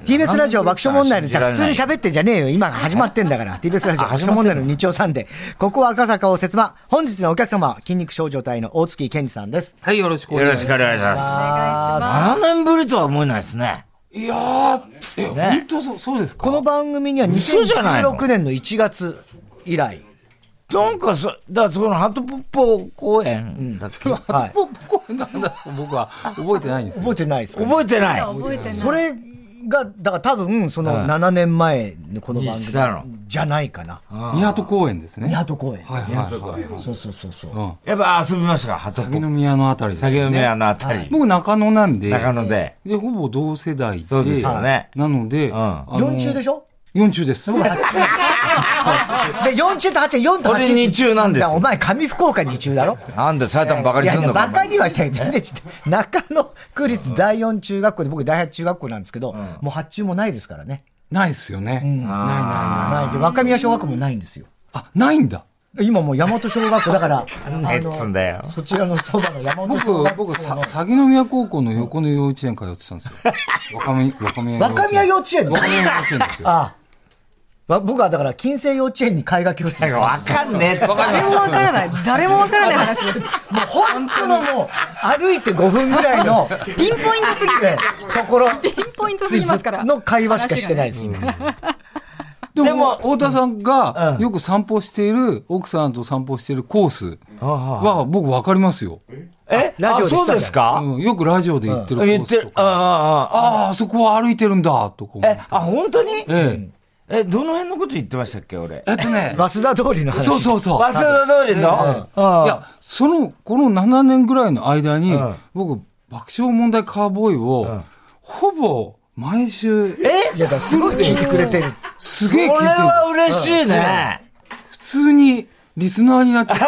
TBS ラジオ爆笑問題の、じゃあ普通に喋ってんじゃねえよ。今始まってんだから。TBS ラジオ爆笑問題の日曜サンデー。ここは赤坂を鉄馬。本日のお客様は筋肉少女隊の大月健二さんです。 はい、よろしくお願いします。 よろしくお願いします。7年ぶりとは思えないですね。 いやー、本当そうですか。 この番組には2016年の1月以来。 なんかだからそのハトポッポ公演だっけ、 ハトポッポ公演なんだと僕は覚えてないんですよ。 覚えてないですか、 覚えてない。 それが、だから多分、その7年前のこの番組じゃないかな。 三鳩公園ですね。 三鳩公園。 はいはい。 そう。 やっぱ遊びましたか、 鷺宮のあたりですね。 鷺宮のあたり。 僕中野なんで。 中野で。 で、ほぼ同世代で。 そうですよね。 なので、 4中でしょ ？4中です。 で、4中と8中、4と8中。 俺2中なんですよ。 お前、上福岡2中だろ。 なんで埼玉バカにすんのか。 バカにはしたい。全然中野区立第4中学校で、僕第8中学校なんですけど、もう8中もないですからね。 ないっすよね。 ない。で、若宮小学校もないんですよ。 あ、ないんだ。 今もう大和小学校だから、 んだよ。 そちらのそばの大和小学校。 僕、鷺宮高校の横の幼稚園通ってたんですよ。若宮幼稚園若宮幼稚園ですよ。 ああ。僕はだから、近世幼稚園に絵画教室。 わかんねえ。 誰もわからない。誰もわからない話です。もう本当のもう、歩いて5分ぐらいの、 ピンポイントすぎて、 ところ。 ピンポイントすぎますから。 の会話しかしてないです、今。 でも、太田さんがよく散歩している、奥さんと散歩しているコースは僕わかりますよ。 ラジオでそうですか？ よくラジオで言ってるコースとか。あそこは歩いてるんだ、とか。 本当に？どの辺のこと言ってましたっけ、俺。 早稲田通りの話。 そう。 早稲田通りの？ いや、この7年ぐらいの間に、僕、爆笑問題カーボーイを、ほぼ、毎週。 いや、すごい聞いてくれてる。 すげえ聞いてる。 これは嬉しいね。 普通に、リスナーになっちゃった。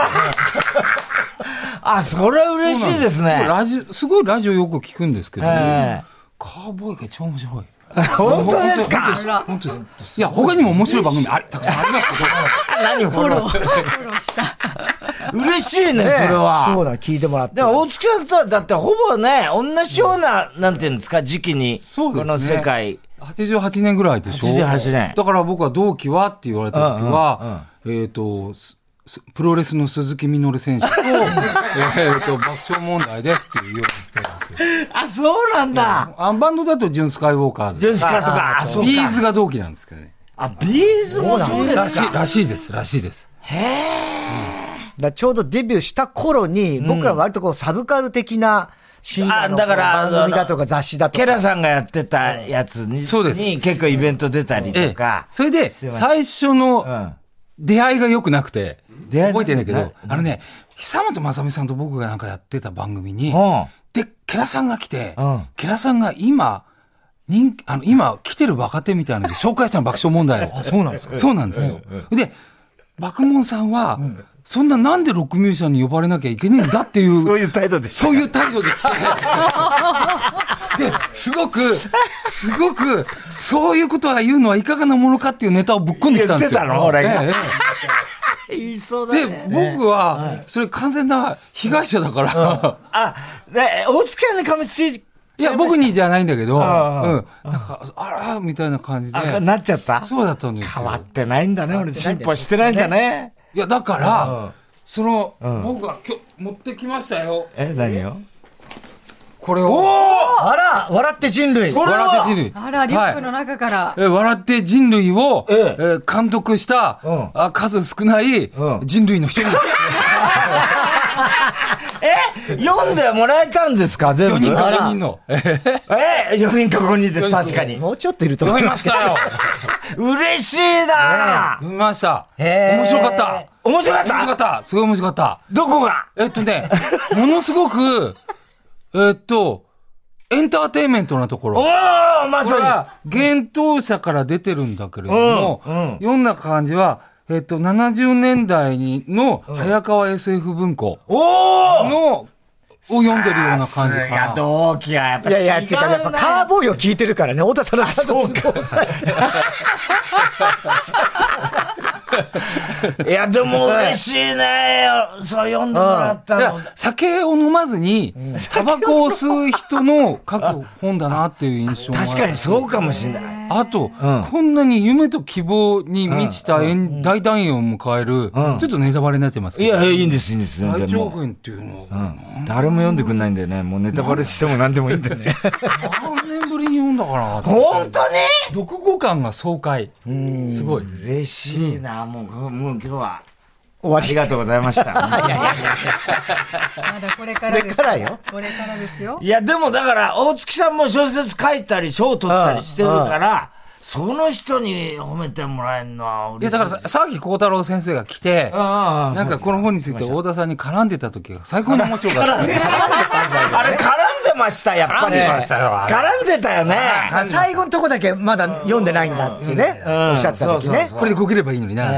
それは嬉しいですね。 すごいラジオよく聞くんですけど、カーボーイが一番面白い。 本当ですか？ 本当です。いや、他にも面白い番組たくさんありますけど。 何フォローした。嬉しいね、それは。 そうだ、聞いてもらって。 でも、大月さんとは、だってほぼね、同じような、なんていうんですか、時期に、この世界。 88年ぐらいでしょ。 88年。 だから僕は同期はって言われた時は、プロレスの鈴木みのる選手と、爆笑問題ですっていうようにしてるんですよ。 そうなんだ。 バンドだとジュンスカイウォーカーズ。 ジュンスカとか、 ビーズが同期なんですけどね。 ビーズもそうですか。 らしいです。 ちょうどデビューした頃に、僕らは割とこうサブカル的なシーンのだから番組だとか雑誌だとか。 ケラさんがやってたやつに、結構イベント出たりとか。 それで、最初の出会いが良くなくて、覚えてんだけど、久本雅美さんと僕がなんかやってた番組に、で、ケラさんが来て、ケラさんが今来てる若手みたいなので紹介したの爆笑問題を。 そうなんですか？ そうなんですよ。で、爆問さんは、そんななんでロックミュージシャンに呼ばれなきゃいけねえんだっていう。 そういう態度で来て。 そういう態度で来て。で、すごく、そういうことは言うのはいかがなものかっていうネタをぶっ込んできたんですよ。 言ってたの俺が。言いそうだね。 で、僕は、それ完全な被害者だから。 大月さんに噛みついて、 いや、僕にじゃないんだけど、なんか、みたいな感じで。 なっちゃった？ そうだったんですよ。 変わってないんだね、俺。進歩してないんだね。 いや、だから、僕が今日持ってきましたよ。 何よ？ これを。 あら、笑って人類。 笑って人類。 あら、リュックの中から。 笑って人類を、監督した、数少ない人類の一人です。 読んでもらえたんですか？全部。 4人か5人の。 4人か5人です、確かに。 もうちょっといると思いますけど。 読みましたよ。 嬉しいな。 読みました。面白かった。 面白かった。 すごい面白かった。 どこが？ ものすごく、エンターテインメントなところ。 まさに。 幻冬舎から出てるんだけれども、読んだ感じは、70年代の早川 SF 文庫を読んでるような感じかな。 いや、同期はやっぱ違うな。 いや、っていうか、やっぱカーボーイを聞いてるからね、太田さんのちゃんといや、でも嬉しいね。そう読んでもらったの。 酒を飲まずに、タバコを吸う人の書く本だなっていう印象が。 確かにそうかもしれない。 あと、こんなに夢と希望に満ちた大団円を迎える、ちょっとネタバレになっちゃいますけど。 いや、いいんです、いいんです。 大長編っていうのは、 誰も読んでくんないんだよね。もうネタバレしても何でもいいんですよ。 何年ぶりに読んだかな。 本当に読後感が爽快。すごい。 嬉しいな。もう今日は。終わり。ありがとうございました。 まだこれからです。 これからよ。 これからですよ。 いや、でもだから、大月さんも小説書いたり、賞を取ったりしてるから、その人に褒めてもらえるのは嬉しい。 いや、だから沢木幸太郎先生が来て、なんかこの本について大田さんに絡んでた時が最高に面白かった。 あれ絡んでました、やっぱり。絡んでたよね。 最後のとこだけまだ読んでないんだってね、おっしゃってた時ね。 これでこければいいのにな。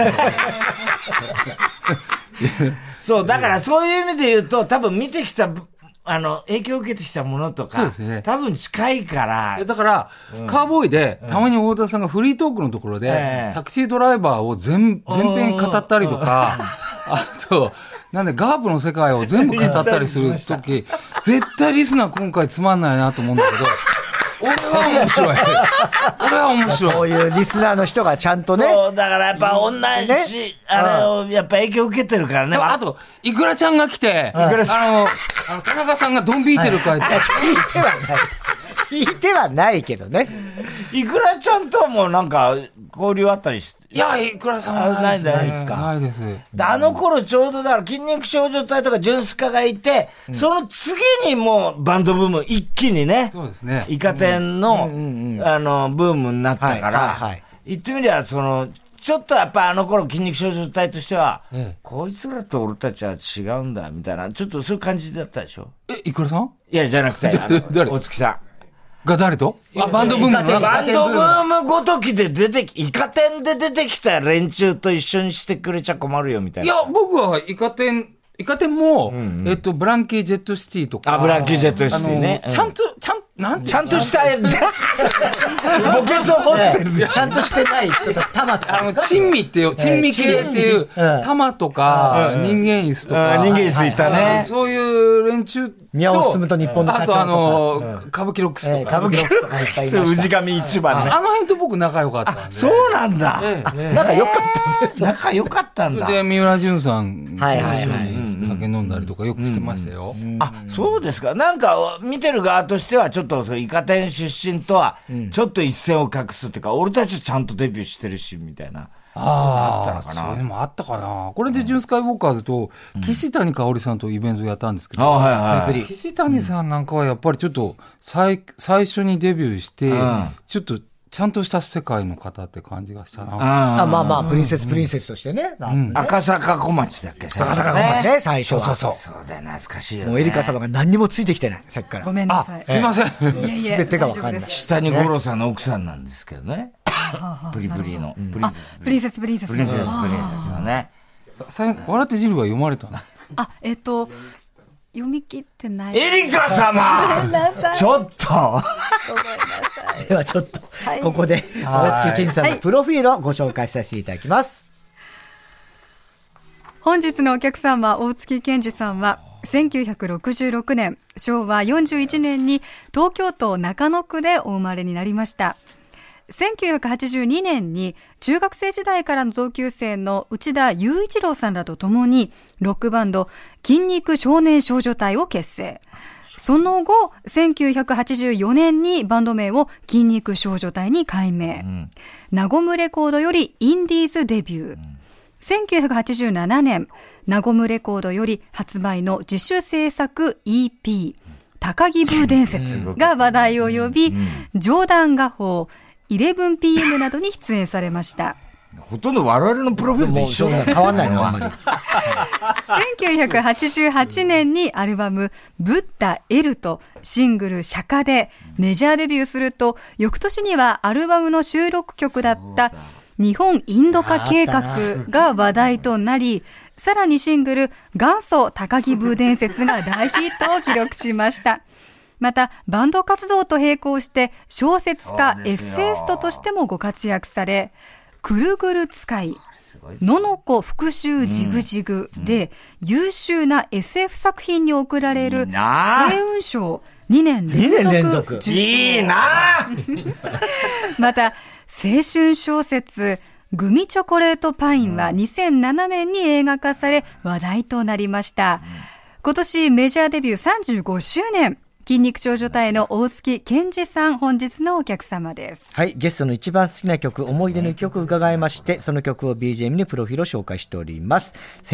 そう、だからそういう意味で言うと、多分見てきた、影響を受けてきたものとか、 そうですね。 多分近いから。 だから、カーボーイで、たまに大田さんがフリートークのところで、タクシードライバーを全編語ったりとか、あと、なんでガープの世界を全部語ったりするとき、絶対リスナー今回つまんないなと思うんだけど、俺は面白い。俺は面白い。 そういうリスナーの人がちゃんとね。 そう、だからやっぱ同じ、やっぱ影響受けてるからね。 あと、イクラちゃんが来て、田中さんがドン引いてるかって。 聞いてはないけどね。 イクラちゃんともなんか交流あったりして。 いや、イクラさんはないですか。 ないです。 あの頃ちょうどだから筋肉少女隊とかジュンスカがいて、その次にもうバンドブーム一気にね、 そうですね。 イカ天の、ブームになったから、言ってみりゃ、ちょっとやっぱあの頃筋肉少女隊としては、こいつらと俺たちは違うんだ、みたいな、ちょっとそういう感じだったでしょ？ イクラさん？ いや、じゃなくて、 誰？ 大月さん。 が誰と？バンドブームのバンドブームごときでイカ天で出てきた連中と一緒にしてくれちゃ困るよ、みたいな。 いや、僕はイカ天も、ブランキー・ジェット・シティとか。 ブランキー・ジェット・シティね。 ちゃんとした墓穴を掘ってる。 ちゃんとしてない人と玉とか。 珍味系っていう、玉とか、人間椅子とか。 人間椅子いたね。 そういう連中と。 宮尾進と日本の社長とか。 あと歌舞伎ロックスとか。 歌舞伎ロックスとかいっぱいいました。 氏神一番ね。 あの辺と僕仲良かったんで。 そうなんだ。仲良かったんです。仲良かったんだ。 で、三浦淳さん。酒飲んだりとかよくしてましたよ。 そうですか。なんか、見てる側としては、ちょっと、イカ天出身とは、ちょっと一線を画すっていうか、俺たちちゃんとデビューしてるし、みたいな。 あったのかな。そういうのもあったかな。これでジュンスカイウォーカーズと、岸谷香織さんとイベントやったんですけど、岸谷さんなんかはやっぱりちょっと、最初にデビューして、ちょっと、ちゃんとした世界の方って感じがしたな。 まあ、プリンセスとしてね。 赤坂小町だっけ？ 赤坂小町ね、最初は。 そうだよ、懐かしいよね。 もうエリカ様が何にもついてきてない、さっきから。 ごめんなさい。 すいません。 全てがわかんない。 下に五郎さんの奥さんなんですけどね。プリプリの。 プリンセスのね。 笑ってジルは読まれたの？ 読み切ってない。 エリカ様ちょっとではちょっと、ここで、大月健二さんのプロフィールをご紹介させていただきます。 本日のお客様、大月健二さんは、1966年、昭和41年に東京都中野区でお生まれになりました。1982年に中学生時代からの同級生の内田雄一郎さんらと共にロックバンド筋肉少年少女隊を結成。その後、1984年にバンド名を筋肉少女隊に改名。ナゴムレコードよりインディーズデビュー。1987年、ナゴムレコードより発売の自主制作 EP、高木ブー伝説が話題を呼び、冗談画法、11PM などに出演されました。 ほとんど我々のプロフィールと一緒だ。 変わんないのあんまり。 1988年にアルバムブッダ L とシングル釈迦でメジャーデビューすると、翌年にはアルバムの収録曲だった日本インド化計画が話題となり、さらにシングル元祖高木ブー伝説が大ヒットを記録しました。またバンド活動と並行して小説家エッセイストとしてもご活躍され、くるぐる使い、 ののこ復讐ジグジグで、優秀な SF 作品に贈られる星雲賞2年連続。 いいなまた、青春小説、グミチョコレートパインは2007年に映画化され話題となりました。今年メジャーデビュー35周年。筋肉少女隊の大月健二さん、本日のお客様です。 はい、ゲストの一番好きな曲、思い出の一曲を伺いまして、その曲を BGM にプロフィールを紹介しております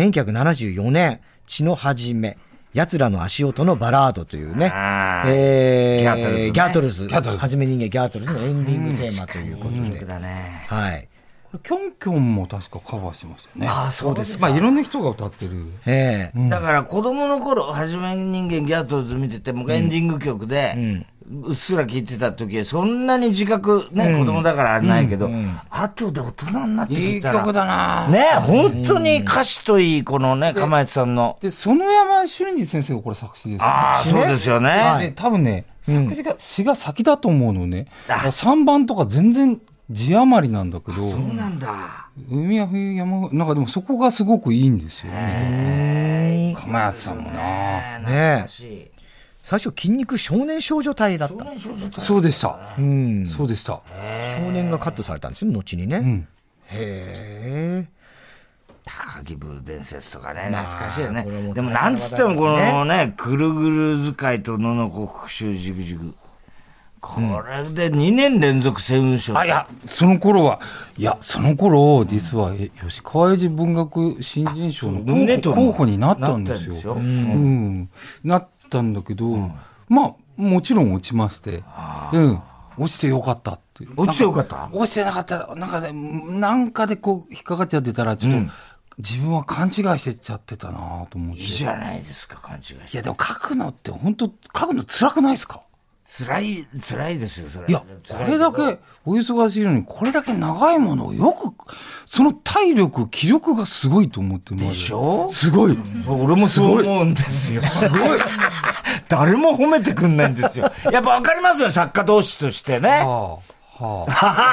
。1974年、血の始め、奴らの足音のバラードというね、ギャートルズ、はじめ人間ギャートルズのエンディングテーマということで。はい。 キョンキョンも確かカバーしてましたよね。 ああ、そうです。 まあ、いろんな人が歌ってる。 だから子供の頃、はじめ人間ギャートルズ見てて、もうエンディング曲で、うっすら聴いてた時は、そんなに自覚、ね、子供だからないけど、後で大人になってきたら。 いい曲だなね、本当に歌詞といい、このね、かまえつさんの。 で、園山俊二先生がこれ作詞です。 ああ、そうですよね。 で、多分ね、詩が先だと思うのね。3番とか全然、字余りなんだけど。 そうなんだ。 海や冬山、なんかでもそこがすごくいいんですよね。かまやつさんもな。 ねえ。最初、筋肉少年少女隊だった。 そうでした。そうでした。 少年がカットされたんですよ、後にね。へえ。 高木部伝説とかね、懐かしいよね。でもなんつってもこのね、ぐるぐる使いとののこ復讐ジグジグ。これで2年連続星雲賞。 いや、その頃、実は、吉川英治文学新人賞の候補になったんですよ。なったんだけど、まあ、もちろん落ちまして、落ちてよかったって。 落ちてよかった？ 落ちてなかったら、なんかでこう、引っかかっちゃってたら、ちょっと、自分は勘違いしてちゃってたなと思って。 いいじゃないですか、勘違いして。 いや、でも書くのって本当書くの辛くないですか？ 辛いですよ、それ。 いや、これだけお忙しいのに、これだけ長いものをよく、その体力、気力がすごいと思ってでしょ？ すごい。 俺もそう思うんですよ。 すごい。 誰も褒めてくんないんですよ。やっぱわかりますよ、作家同士としてね。 こ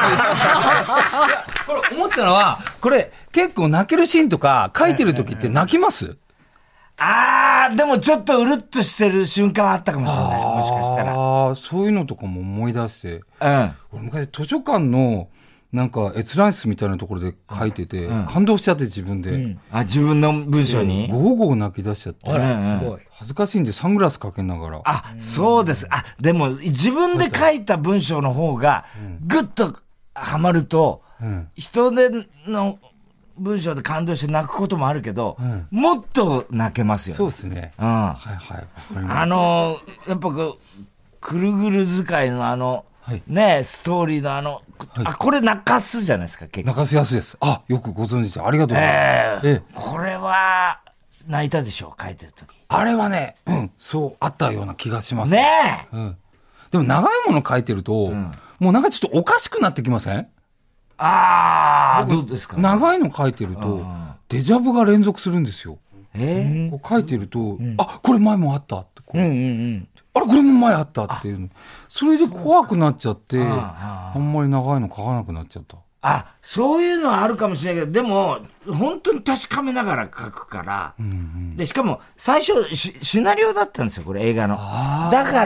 れ思ってたのは、これ結構泣けるシーンとか書いてる時って泣きます？ でもちょっとうるっとしてる瞬間はあったかもしれない。もしかしたら。 そういうのとかも思い出して。俺昔図書館のなんか閲覧室みたいなところで書いてて、感動しちゃって自分で。 自分の文章にゴーゴー泣き出しちゃって。恥ずかしいんでサングラスかけながら。 そうです。でも自分で書いた文章の方がぐっとハマると、人での文章で感動して泣くこともあるけど、もっと泣けますよね。 そうですね。 やっぱくるぐる使いのね、ストーリーのこれ泣かすじゃないですか、結構。 泣かすやすいです。よくご存知でありがとうございます。 これは、泣いたでしょ、書いてるとき。 あれはね、そう、あったような気がします。 ねえ。でも長いもの書いてると、もうなんかちょっとおかしくなってきません？ どうですか？ 長いの書いてると、デジャブが連続するんですよ。こう書いてると、これ前もあったって。これも前あったっていうの。それで怖くなっちゃって、あんまり長いの書かなくなっちゃった。 そういうのはあるかもしれないけど、でも、本当に確かめながら書くから、で、しかも、最初シナリオだったんですよ、これ映画の。だから、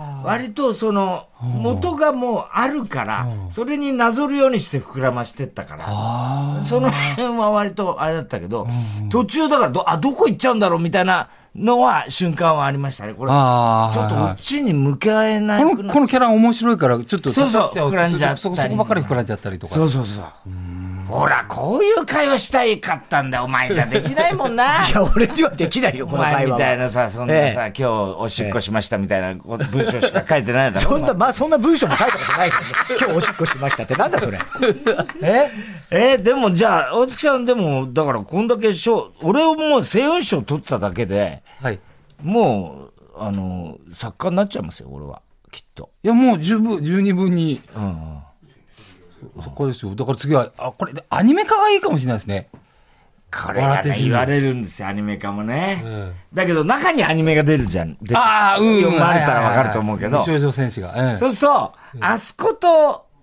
割と元がもうあるから、それになぞるようにして膨らましてったから、その辺は割とあれだったけど、途中だからどこ行っちゃうんだろうみたいなのは、瞬間はありましたね。これ、ちょっとこっちに向かえない。 このキャラ面白いから、ちょっと、 膨らんじゃったり。 そこばっかり膨らんじゃったりとか。 そう。ほら、こういう会話したいかったんだよ、お前じゃできないもんな。 いや、俺にはできないよ、この会話は。 お前みたいなさ、そんなさ、今日おしっこしましたみたいな文章しか書いてないだろ。 そんな文章も書いたことないけど、今日おしっこしましたってなんだそれ。 でもじゃあ、大月さんでも、だからこんだけ俺をもう星雲賞取っただけで、もう、作家になっちゃいますよ、俺は。きっと。 いや、もう十二分に。そこですよ。だから次は、これ、アニメ化がいいかもしれないですね。 これが言われるんですよ、アニメ化もね。だけど、中にアニメが出るじゃん。読まれたらわかると思うけど。 美少女戦士が。 そうすると、あそこと、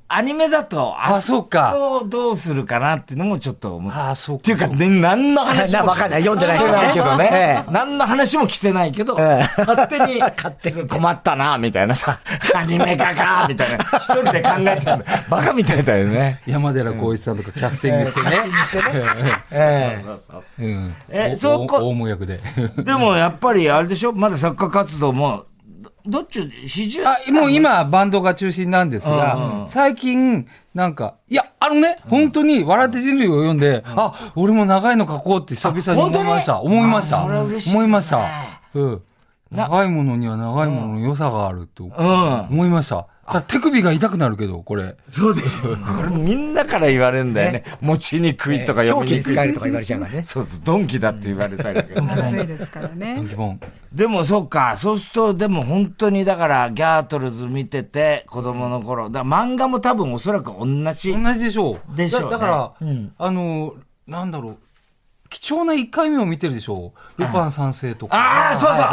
アニメだと、 そうか。 どうするかなっていうのもちょっと思って。 そうか。 っていうか、ね、何の話も。 わかんない。読んでないしてないけどね。何の話も来てないけど、勝手に困ったな、みたいなさ、アニメ化か、みたいな。一人で考えてたんだ。バカみたいだよね。 山寺宏一さんとかキャスティングしてね。 そう大物役で。 でもやっぱりあれでしょ、まだ作家活動も、どっち、 もう今バンドが中心なんですが、最近、なんか、いや、本当に笑って人類を読んで、俺も長いの書こうって久々に思いました。思いました。思いました。長いものには長いものの良さがあると思いました。手首が痛くなるけど、これ。 そうだよ。これみんなから言われるんだよね。持ちにくいとか読みにくい。 表記に使えるとか言われちゃうからね。 そうそう、ドンキだって言われたりだけど。 暑いですからね。 ドンキボン。 でもそうか、そうすると、でも本当にだから、ギャートルズ見てて、子供の頃。だから漫画も多分おそらく同じ。 同じでしょう。 でしょうね。 だから、なんだろう。貴重な1回目を見てるでしょう。ルパン三世とか。 そうそう。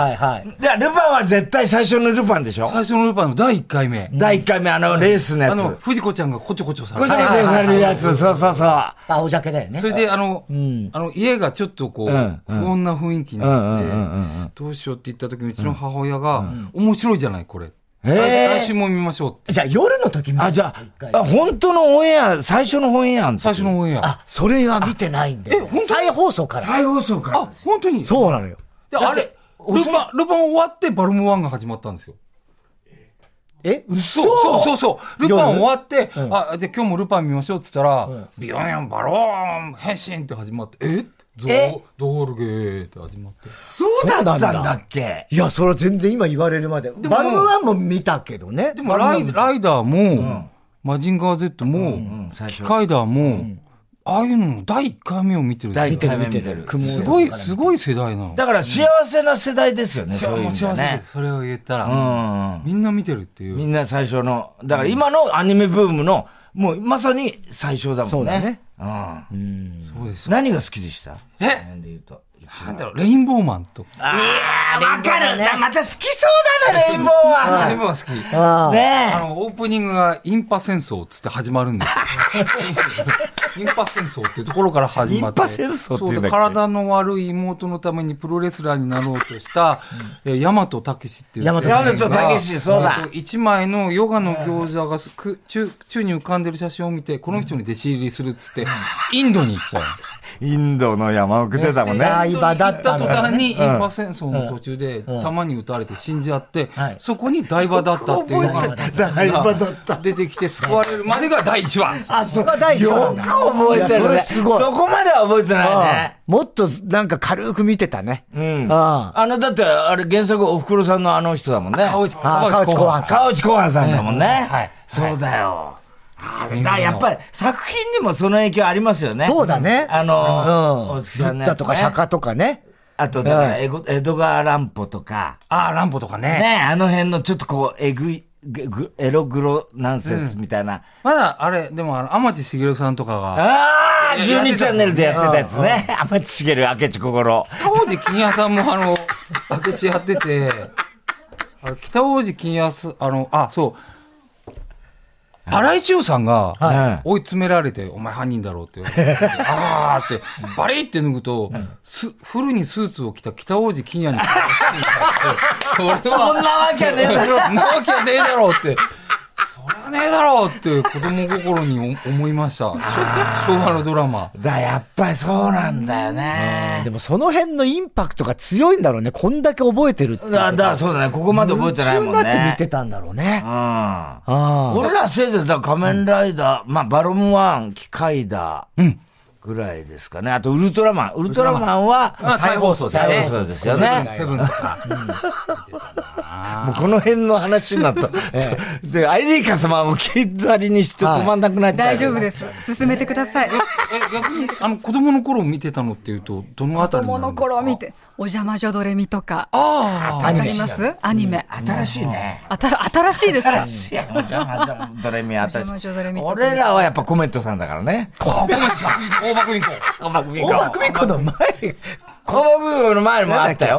いや、ルパンは絶対最初のルパンでしょ。 最初のルパンの第1回目。 第1回目、レースのやつ。 藤子ちゃんがこちょこちょされる。こちょこちょされるやつ、そうそうそう。 青鮭だよね。 それで、家がちょっとこう、不穏な雰囲気になって、どうしようって言った時にうちの母親が、面白いじゃない、これ。来週も見ましょうって。 じゃあ夜の時見じゃあ、本当のオンエア、最初のオンエア最初のオンエア。 それは見てないんで。再放送から。 再放送から。 本当にそうなのよ。 あれ、ルパン終わってバルム1が始まったんですよ。 嘘そう。ルパン終わって、じゃあ今日もルパン見ましょうって言ったら、ビヨンヨンバローン変身って始まって、ドールゲーって始まって。 そうだったんだっけ？ いや、それは全然今言われるまで。バルム1も見たけどね。 でもライダーも、マジンガー Z も、キカイダーも、ああいうの第1回目を見てる。 第1回目見てる。 すごい世代なの。 だから幸せな世代ですよね、そういう幸せです。それを言ったら、みんな見てるっていう。 みんな最初の、だから今のアニメブームの、もうまさに最初だもんね。そうだね。 そうです。 何が好きでした？ なんだろう、レインボーマンと。 わかる。また好きそうだね、レインボーは。 レインボーは好き。 ねオープニングがインパ戦争つって始まるんですよ。インパ戦争っていうところから始まって。 インパ戦争っていうんだっけ？ 体の悪い妹のためにプロレスラーになろうとした、大和武史っていう。 大和武史、そうだ。 一枚のヨガの餃子が宙に浮かんでる写真を見て、この人に弟子入りするっつって、インドに行っちゃう。 インドの山奥出たもんね。 インドに行った途端に、インパ戦争の途中で、弾に撃たれて死んじゃって、そこに台場だったっていうのが出てきて救われるまでが第1話。 そこが第1話。 よく覚えてるね。そこまでは覚えてないね。 もっとなんか軽く見てたね。 だって、あれ原作おふくろさんのあの人だもんね。 川内公安さんだもんね。そうだよ。やっぱり作品にもその影響ありますよね。 そうだね。 大月さんのやつね。 ブッダとか釈迦とかね。 あと、だから江戸川乱歩とか。 乱歩とかね。 ね、あの辺のちょっとこう、エログロナンセンスみたいな。 まだ、あれ、でも天地茂さんとかが。 12チャンネルでやってたやつね。天地茂、明智小五郎。 北大路欣也さんも明智やってて、北大路欣也そう。荒井千代さんが追い詰められて、お前犯人だろうって言われて、って、バリって脱ぐと、フルにスーツを着た北大路欣也にそんなわけねえだろ。 そんなわけはねえだろうって。それはねえだろうって子供心に思いました。昭和のドラマ。 やっぱりそうなんだよね。 でもその辺のインパクトが強いんだろうね。こんだけ覚えてるって。 そうだね。ここまで覚えてないもんね。 夢中になって見てたんだろうね。 俺らせいぜい仮面ライダー、バロムワン、キカイダー。ぐらいですかね。あと、ウルトラマン。ウルトラマンは、 再放送ですよね。 セブンとか。 もうこの辺の話になった。で、アイリーカ様も置き去りにして止まんなくなっちゃう。 大丈夫です。進めてください。 逆に、子供の頃見てたのっていうと、どのあたり子供の頃見て、お邪魔女ドレミとか。 わかりますアニメ。 新しいね。 新しいですか？ 新しい。お邪魔女ドレミ、新しい。俺らはやっぱコメントさんだからね。 コメントさん。大爆ミコの前。 大爆ミコの前にもあったよ。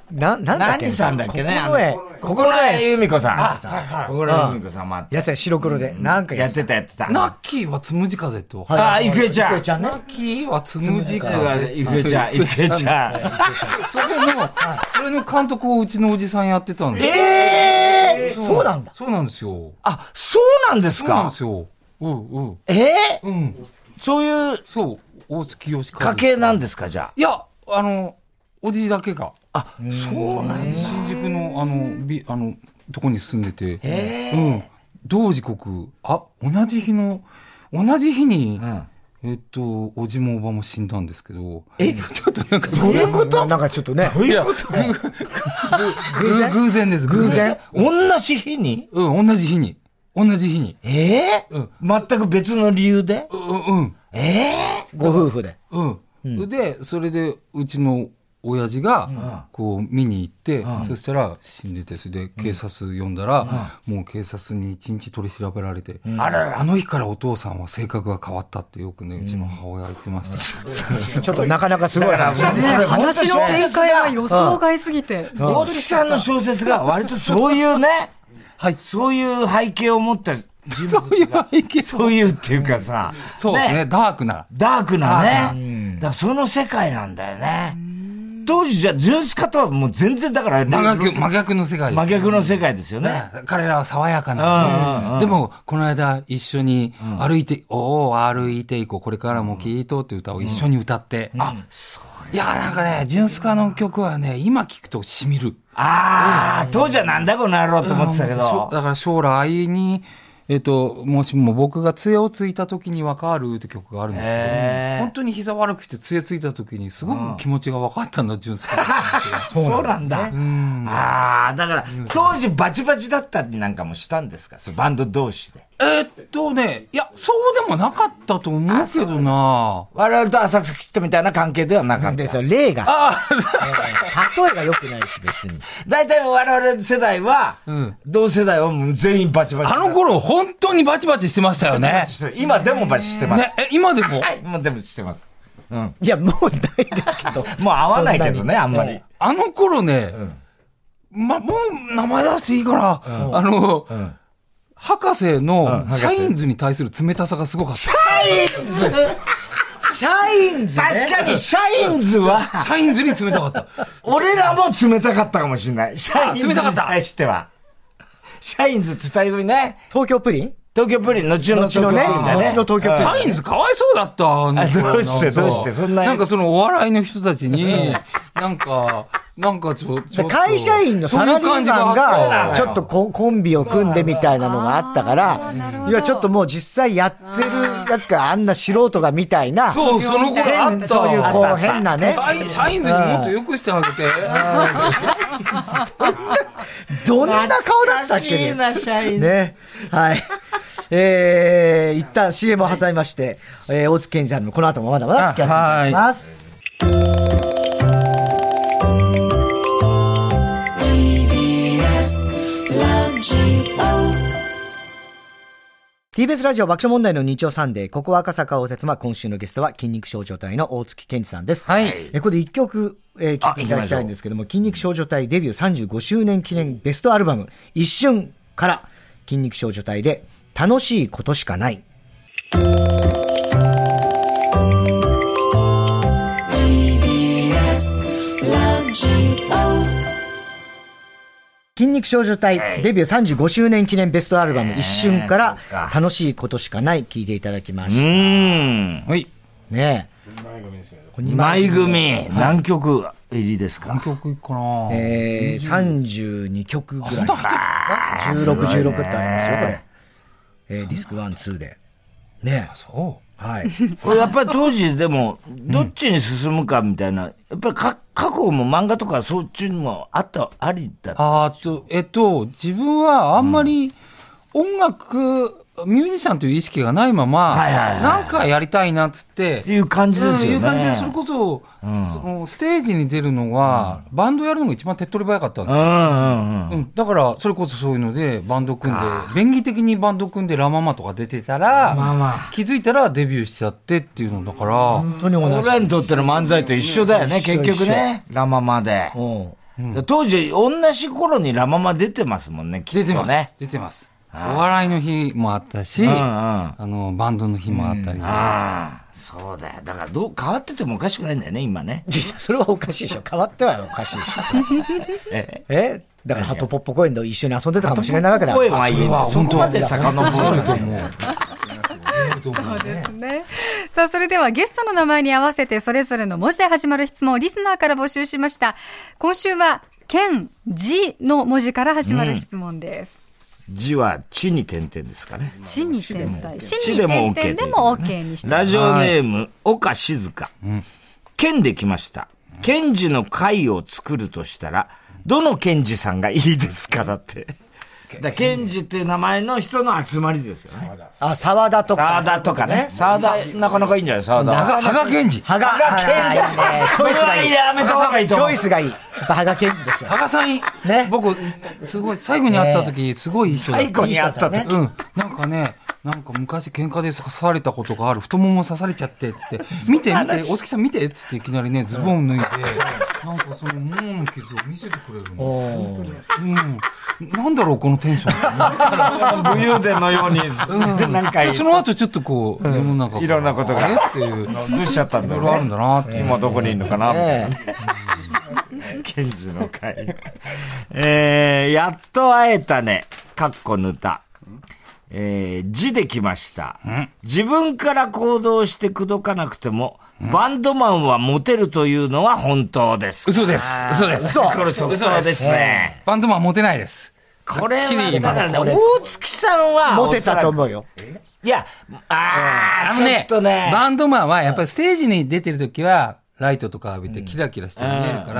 なんだっけ何さんだっけね。心得由美子さん。心得由美子さんもあって。 やつは白黒で。なんかやってた。 ナッキーはつむじ風と。 ゆくえちゃん。 ナッキーはつむじ風。 ゆくえちゃん。 それの監督をうちのおじさんやってたんです。 そうなんだ。 そうなんですよ。 あ、そうなんですか。 そうなんですよ。 そういう。 そう。大月義和。 家系なんですか、じゃあ。 いや、おじだけが。 あ、そうなんですか。 新宿の、とこに住んでて。同時刻、同じ日に、おじもおばも死んだんですけど。ちょっとなんか。 どういうことなんかちょっとね。 どういうこと偶然です、 偶然同じ日に同じ日に。 全く別の理由でご夫婦で。 で、それで、うちの親父が、こう、見に行って、そしたら死んでて、それで警察呼んだら、もう警察に一日取り調べられて、あの日からお父さんは性格が変わってよくね、うちの母親は言ってました。 ちょっとなかなかすごい話。 話の展開は予想外すぎて。 大月さんの小説が割とそういうね、そういう背景を持ったそういう背景。 そういうっていうかさ。 そうですね、ダークなね。だからその世界なんだよね。当時じゃ、ジュンスカとはもう全然だから、 真逆の世界です。 真逆の世界ですよね。 彼らは爽やかな。でも、この間一緒に歩いていこう、これからも聴いとって歌を一緒に歌って。いや、なんかね、ジュンスカの曲はね、今聴くと染みる。 当時はなんだこの野郎と思ってたけど。 だから将来に、もしも僕が杖をついた時に分かるって曲があるんですけど、本当に膝悪くて杖ついた時にすごく気持ちが分かったんだ、ジュンスカ。 そうなんだ。だから、当時バチバチだったりなんかもしたんですか、バンド同士で。 いや、そうでもなかったと思うけどな。 我々と浅草キッドみたいな関係ではなかった。 ですよ、例が。例えが良くないし、別に。 大体我々世代は、同世代はもう全員バチバチ。 あの頃本当にバチバチしてましたよね。 今でもバチしてます。 今でも今でもしてます。 いや、もうないですけど。 もう合わないけどね、あんまり。 あの頃ね、もう名前出していいから、博士のシャインズに対する冷たさがすごかった。 シャインズ確かにシャインズは。 シャインズに冷たかった。 俺らも冷たかったかもしれない。シャインズに対しては。シャインズって二人組ね。 東京プリン、 後の東京プリンだね。 後の東京プリン。 シャインズかわいそうだった。 どうしてそんな。 なんかそのお笑いの人たちに、なんかちょっと。 会社員のサラリーマンが、ちょっとコンビを組んでみたいなのがあったから、いや、ちょっともう実際やってるやつがあんな素人がみたいな。 そう、その頃あった。 そういうこう変なね。 シャインズにもっと良くしてあげて。 どんな顔だったっけね。 懐かしいな、シャインズ。 ね。はい。一旦 CM を挟みまして、大月健二さんのこの後もまだまだ付き合っていきます。TBS ラジオ爆笑問題の日曜サンデー、ここは赤坂応接間、今週のゲストは筋肉少女隊の大月健二さんです。 はい。 ここで一曲、聴いていただきたいんですけども、筋肉少女隊デビュー35周年記念ベストアルバム、一瞬から筋肉少女隊で楽しいことしかない。筋肉少女隊デビュー35周年記念ベストアルバム一瞬から楽しいことしかない聞いていただきました。 はい。 ねえ。枚組。何曲入りですか？ 何曲かな ？32曲ぐらい。16、16ってありますよ、これ。ディスク1、2で。ねえ。 そう。 はい。 これやっぱり当時でも、どっちに進むかみたいな、やっぱり過去も漫画とかそっちにもありだった。 自分はあんまり音楽、ミュージシャンという意識がないまま、なんかやりたいなっつって、 っていう感じですよね。 いう感じで、それこそ、そのステージに出るのは、バンドやるのが一番手っ取り早かったんですよ。だから、それこそそういうので、バンド組んで、便宜的にバンド組んでラママとか出てたら、気づいたらデビューしちゃってっていうのだから、 本当に俺らにとっての漫才と一緒だよね、結局ね。ラママで。 当時、同じ頃にラママ出てますもんね、きっとね。 出てます。お笑いの日もあったし、バンドの日もあったり。 そうだよ。だから変わっててもおかしくないんだよね、今ね。 それはおかしいでしょ。変わってはおかしいでしょ。だからハトポッポ公園で一緒に遊んでたかもしれないわけだ。 ハトポッポ公園はそこまで遡ると思う。 そうですね。さあ、それではゲストの名前に合わせてそれぞれの文字で始まる質問をリスナーから募集しました。今週は、県、字の文字から始まる質問です。 字は地に点々ですかね。 地に点々。地に点々でも OK にして。 ラジオネーム、岡静香。県できました。検事の会を作るとしたら、どの検事さんがいいですかだって。検事っていう名前の人の集まりですよね。 沢田とか。 沢田とかね。沢田、なかなかいいんじゃない沢田。 羽賀検事。 羽賀検事。 チョイスがいい。やめた方がいいと思う。 チョイスがいい。羽賀検事ですよ。 羽賀さん、僕、すごい、最後に会った時、すごいいい人だった。 最後に会った時。 なんかね、昔喧嘩で刺されたことがある。太もも刺されちゃって、つって、見て、お月さん見て、つっていきなりね、ズボン脱いで、なんかその、ももの傷を見せてくれるの。なんだろう、このテンション。 武勇伝のように、なんかその後ちょっとこう、世の中いろんなことが、 っていう。 どうしちゃったんだろう。 いろいろあるんだなって。 今どこにいるのかな、検事の会。やっと会えたね。かっこぬた。字できました。自分から行動して口説かなくても、バンドマンはモテるというのは本当です。 嘘です。嘘です。 これ即答ですね。 バンドマンモテないです。 これは、だからね、大月さんは、 モテたと思うよ。 いや、ちょっとね。 バンドマンはやっぱりステージに出てるときは、ライトとか浴びてキラキラして見えるから、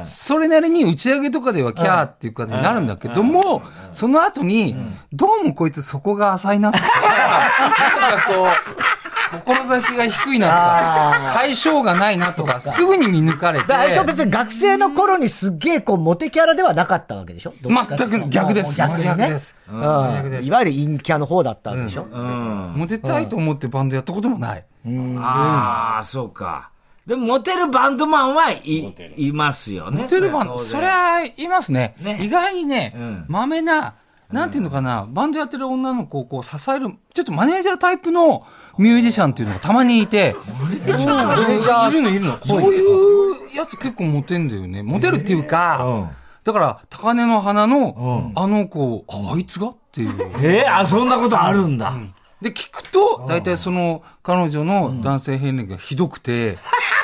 それなりに打ち上げとかではキャーっていう感じになるんだけども、その後に、どうもこいつそこが浅いなとか、なんかこう、志が低いなとか、解消がないなとか、すぐに見抜かれて。 最初別に学生の頃にすっげえモテキャラではなかったわけでしょ。 全く逆です。 逆です。いわゆる陰キャの方だったわけでしょ。 モテたいと思ってバンドやったこともない。 そうか。でも、モテるバンドマンはいますよね。 モテるバンド、そりゃ、いますね。意外にね、まめな、なんていうのかな、バンドやってる女の子をこう支える、ちょっとマネージャータイプのミュージシャンっていうのがたまにいて、いるの。そういうやつ結構モテんだよね。モテるっていうか、だから、高嶺の花の、あの子、あいつがっていう。 そんなことあるんだ。 で、聞くと、大体その、彼女の男性変歴がひどくて、で、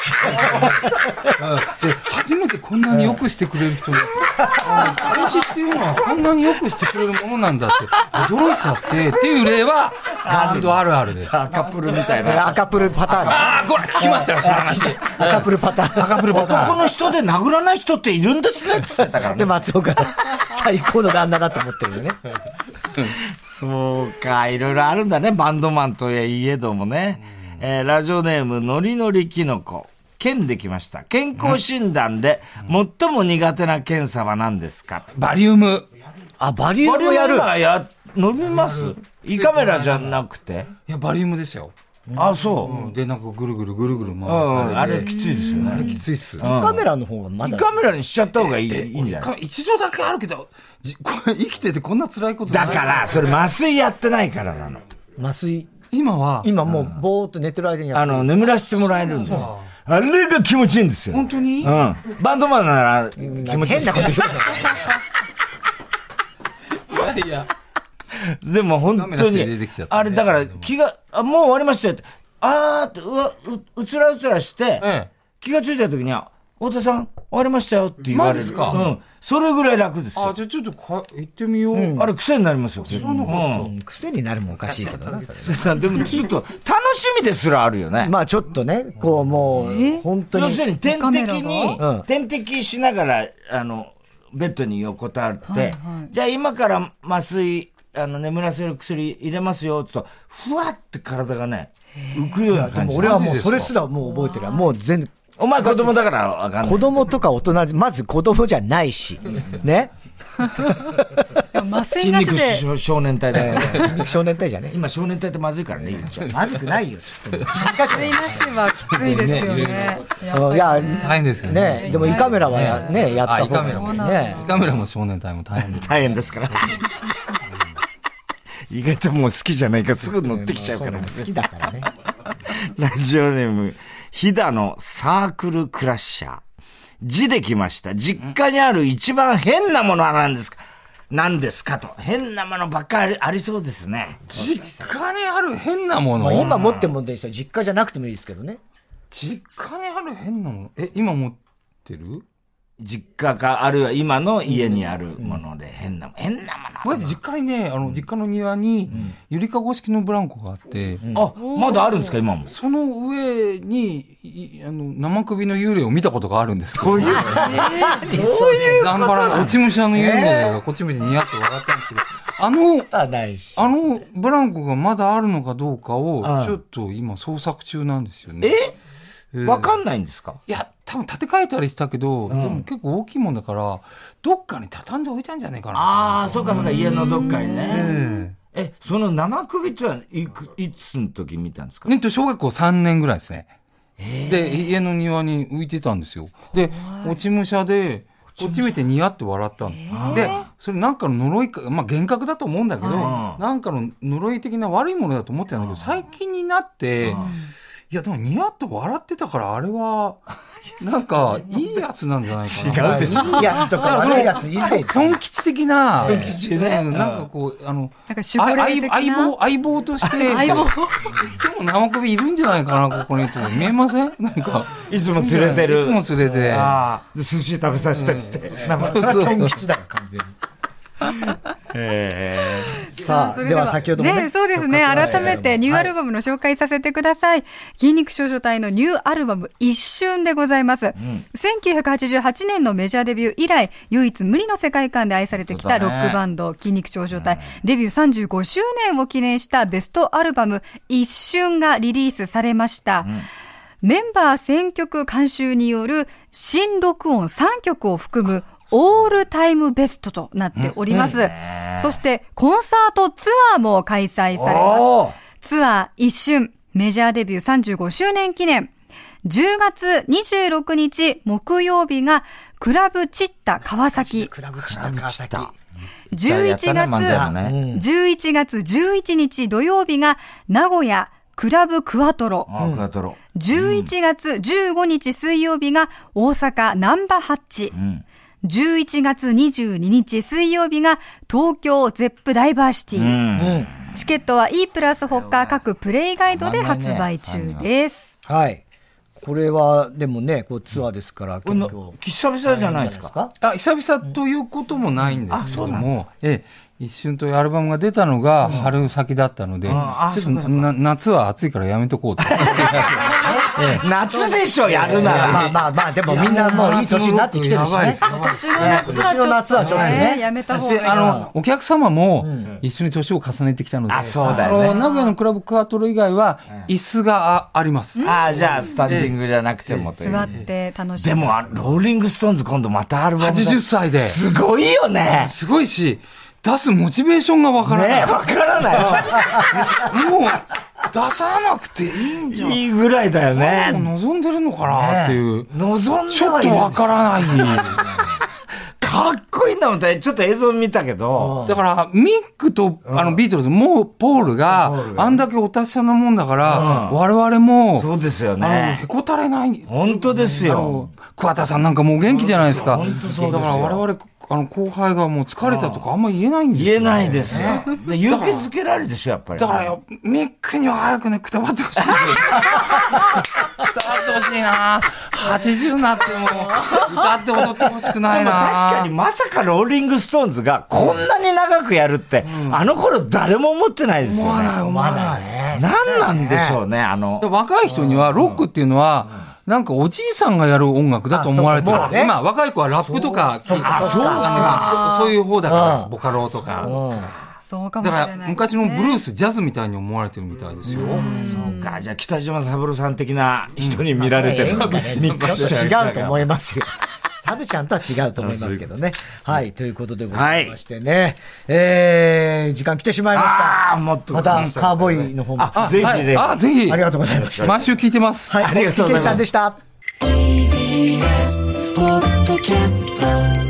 初めてこんなによくしてくれる人が、彼氏っていうのはこんなによくしてくれるものなんだって驚いちゃって、っていう例は、バンドあるあるです。 赤プルみたいな。 赤プルパターン。 これ聞きましたよ、その話。 赤プルパターン。 赤プルパターン。 男の人で殴らない人っているんですねって言ってたからね。 で、松岡、最高の旦那だと思ってるよね。 そうか、いろいろあるんだね、バンドマンといえどもね。ラジオネーム、のりのりきのこ。検できました。健康診断で最も苦手な検査は何ですか？ バリウム。 バリウムやる。 飲みます胃カメラじゃなくて？ いや、バリウムですよ。 そう。 で、なんかぐるぐる回す。あれきついですよね。 あれきついっす。 胃カメラの方がまだ。 胃カメラにしちゃった方がいいんじゃない？ 一度だけあるけど、これ生きててこんな辛いことない。 だから、それ麻酔やってないからなの。 麻酔。 今もうぼーっと寝てる間に眠らせてもらえるんですよ。あれが気持ちいいんですよ。 本当に？ バンドマンなら気持ちいい。 変なこと言う。いや。 でも本当に、あれだから気が、もう終わりましたよって、うつらうつらして、気がついた時には、太田さん、終わりましたよって言われる。マジですか？ それぐらい楽ですよ。 じゃあちょっと行ってみよう。 あれ癖になりますよ。 癖になるもおかしいけどな。 でもちょっと楽しみですらあるよね。 まあちょっとね、こうもう、本当に。 要するに点滴しながら、ベッドに横たわって、じゃあ今から麻酔、眠らせる薬入れますよ、って言うと、ふわって体がね、浮くような感じ。 俺はもうそれすらもう覚えてる。もう全然。 お前子供だからわかんない。 子供とか大人、まず子供じゃないし。ね。 麻酔なしで。 筋肉少年隊だよ。 筋肉少年隊じゃね。 今少年隊ってまずいからね、言っちゃう。 まずくないよ。 麻酔なしはきついですよね。 いや、 大変ですよね。 でも胃カメラはね、やった方がね。 胃カメラも少年隊も大変です。 大変ですから。意外ともう好きじゃないからすぐ乗ってきちゃうから。 好きだからね。 ラジオネーム、飛騨のサークルクラッシャー。字できました。実家にある一番変なものは何ですか？何ですかと。変なものばっかりありそうですね。 実家にある変なもの、 今持ってるもんでしたら実家じゃなくてもいいですけどね。 実家にある変なもの今持ってる？ 実家か、あるいは今の家にあるもので変なもの。 僕実家にね、実家の庭に、ゆりかご式のブランコがあって、 あ、まだあるんですか、今も。 その上に、生首の幽霊を見たことがあるんですけど。そういうザンバラの落ち武者の幽霊がこっち見てニヤッと笑ったんですけど、ブランコがまだあるのかどうかを、ちょっと今捜索中なんですよね。 わかんないんですか？ いや、多分建て替えたりしたけど、でも結構大きいもんだから、どっかに畳んでおいたんじゃないかな。 ああ、そうかそうか、家のどっかにね。その生首っていつの時見たんですか？ 小学校3年ぐらいですね。で、家の庭に浮いてたんですよ。で、落ち武者で、こっち見てニヤって笑ったの。で、それなんかの呪いか、まあ幻覚だと思うんだけど、なんかの呪い的な悪いものだと思ってたんだけど、最近になって、いや、でもニヤッと笑ってたから、あれは、なんか、いいやつなんじゃないかな。 違うでしょ。いいやつとか悪いやつ以前。 ぴょん吉的な、 なんかこう、 なんかシュプレ的な相棒として、いつも生首いるんじゃないかな、ここにと。見えません？なんか。 いつも連れてる。 いつも連れて。 寿司食べさせたりして。 そうそう。ぴょん吉だよ、完全に。さあ、では先ほどもね。 そうですね。改めてニューアルバムの紹介させてください。筋肉少女隊のニューアルバム一瞬でございます。1988年のメジャーデビュー以来、唯一無二の世界観で愛されてきたロックバンド、筋肉少女隊。デビュー35周年を記念したベストアルバム一瞬がリリースされました。メンバー選曲監修による新録音3曲を含むオールタイムベストとなっております。そしてコンサートツアーも開催されます。ツアー一瞬メジャーデビュー35周年記念。10月26日木曜日がクラブチッタ川崎。 クラブチッタ川崎。 11月11日土曜日が名古屋クラブクワトロ。11月15日水曜日が大阪ナンバーハッチ。11月22日水曜日が東京ゼップダイバーシティ。チケットは E プラス他各プレイガイドで発売中です。 はい。これはでもね、こうツアーですから結構久々じゃないですか？ 久々ということもないんですけども、一瞬というアルバムが出たのが春先だったので、ちょっと夏は暑いからやめとこうと。 夏でしょ、やるなら。 まあ、でもみんなもういい年になってきてるしね。 今年の夏はちょっとね、やめた方がいい。 お客様も一緒に年を重ねてきたので、 そうだよね。 名古屋のクラブクワトロ以外は椅子があります。 じゃあスタンディングじゃなくてもという。 座って楽しむ。 でも、ローリングストーンズ今度またアルバム。 80歳で。 すごいよね。 すごいし、出すモチベーションがわからない。 わからない。 もう、出さなくていいんじゃん。 いいぐらいだよね。 望んでるのかなっていう。 望んでちょっとわからない。 かっこいいんだもんね。ちょっと映像見たけど。 だから、ミックと、ビートルズ、もう、ポールが、あんだけお達者なもんだから、我々も、 そうですよね。 へこたれない。 本当ですよ。 桑田さんなんかもう元気じゃないですか。 本当そうですよ。 だから我々、後輩がもう疲れたとかあんま言えないんですよ。 言えないですよ。で、勇気づけられるでしょ、やっぱり。 だからよ、ミックには早くね、くたばってほしい。くたばってほしいな80になっても、歌って踊ってほしくないな確かにまさかローリングストーンズがこんなに長くやるって、あの頃誰も思ってないですよね。 思わない。 何なんでしょうね、 若い人には、ロックっていうのは、なんかおじいさんがやる音楽だと思われてる。今、若い子はラップとか、そういう方だから、ボカロとか。 そうかもしれない。 だから、昔のブルース、ジャズみたいに思われてるみたいですよ。 そうか。じゃあ、北島三郎さん的な人に見られてる。 違うと思いますよ。 サブちゃんとは違うと思いますけどね。はい、ということでございましてね。時間来てしまいました。 もっとまた、カーボーイの方も。 ぜひぜひ。 ぜひ。 ありがとうございました。 毎週聞いてます。 はい、ありがとうございます。さんでした。TBS ポッドキャスト